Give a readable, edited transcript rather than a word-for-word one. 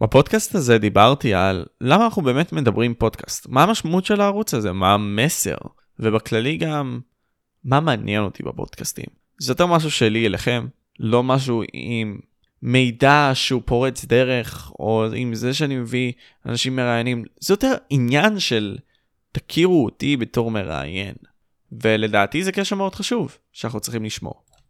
בפודקאסט הזה דיברתי על למה אנחנו באמת מדברים פודקאסט, מה המשמעות של הערוץ הזה, מה המסר, ובכללי גם מה מעניין אותי בפודקאסטים. זה יותר משהו שלי אליכם, לא משהו עם מידע שהוא פורץ דרך, או עם זה שאני מביא אנשים מראיינים. זה יותר עניין של תכירו אותי בתור מראיין. ולדעתי זה קשר מאוד חשוב שאנחנו צריכים לשמור.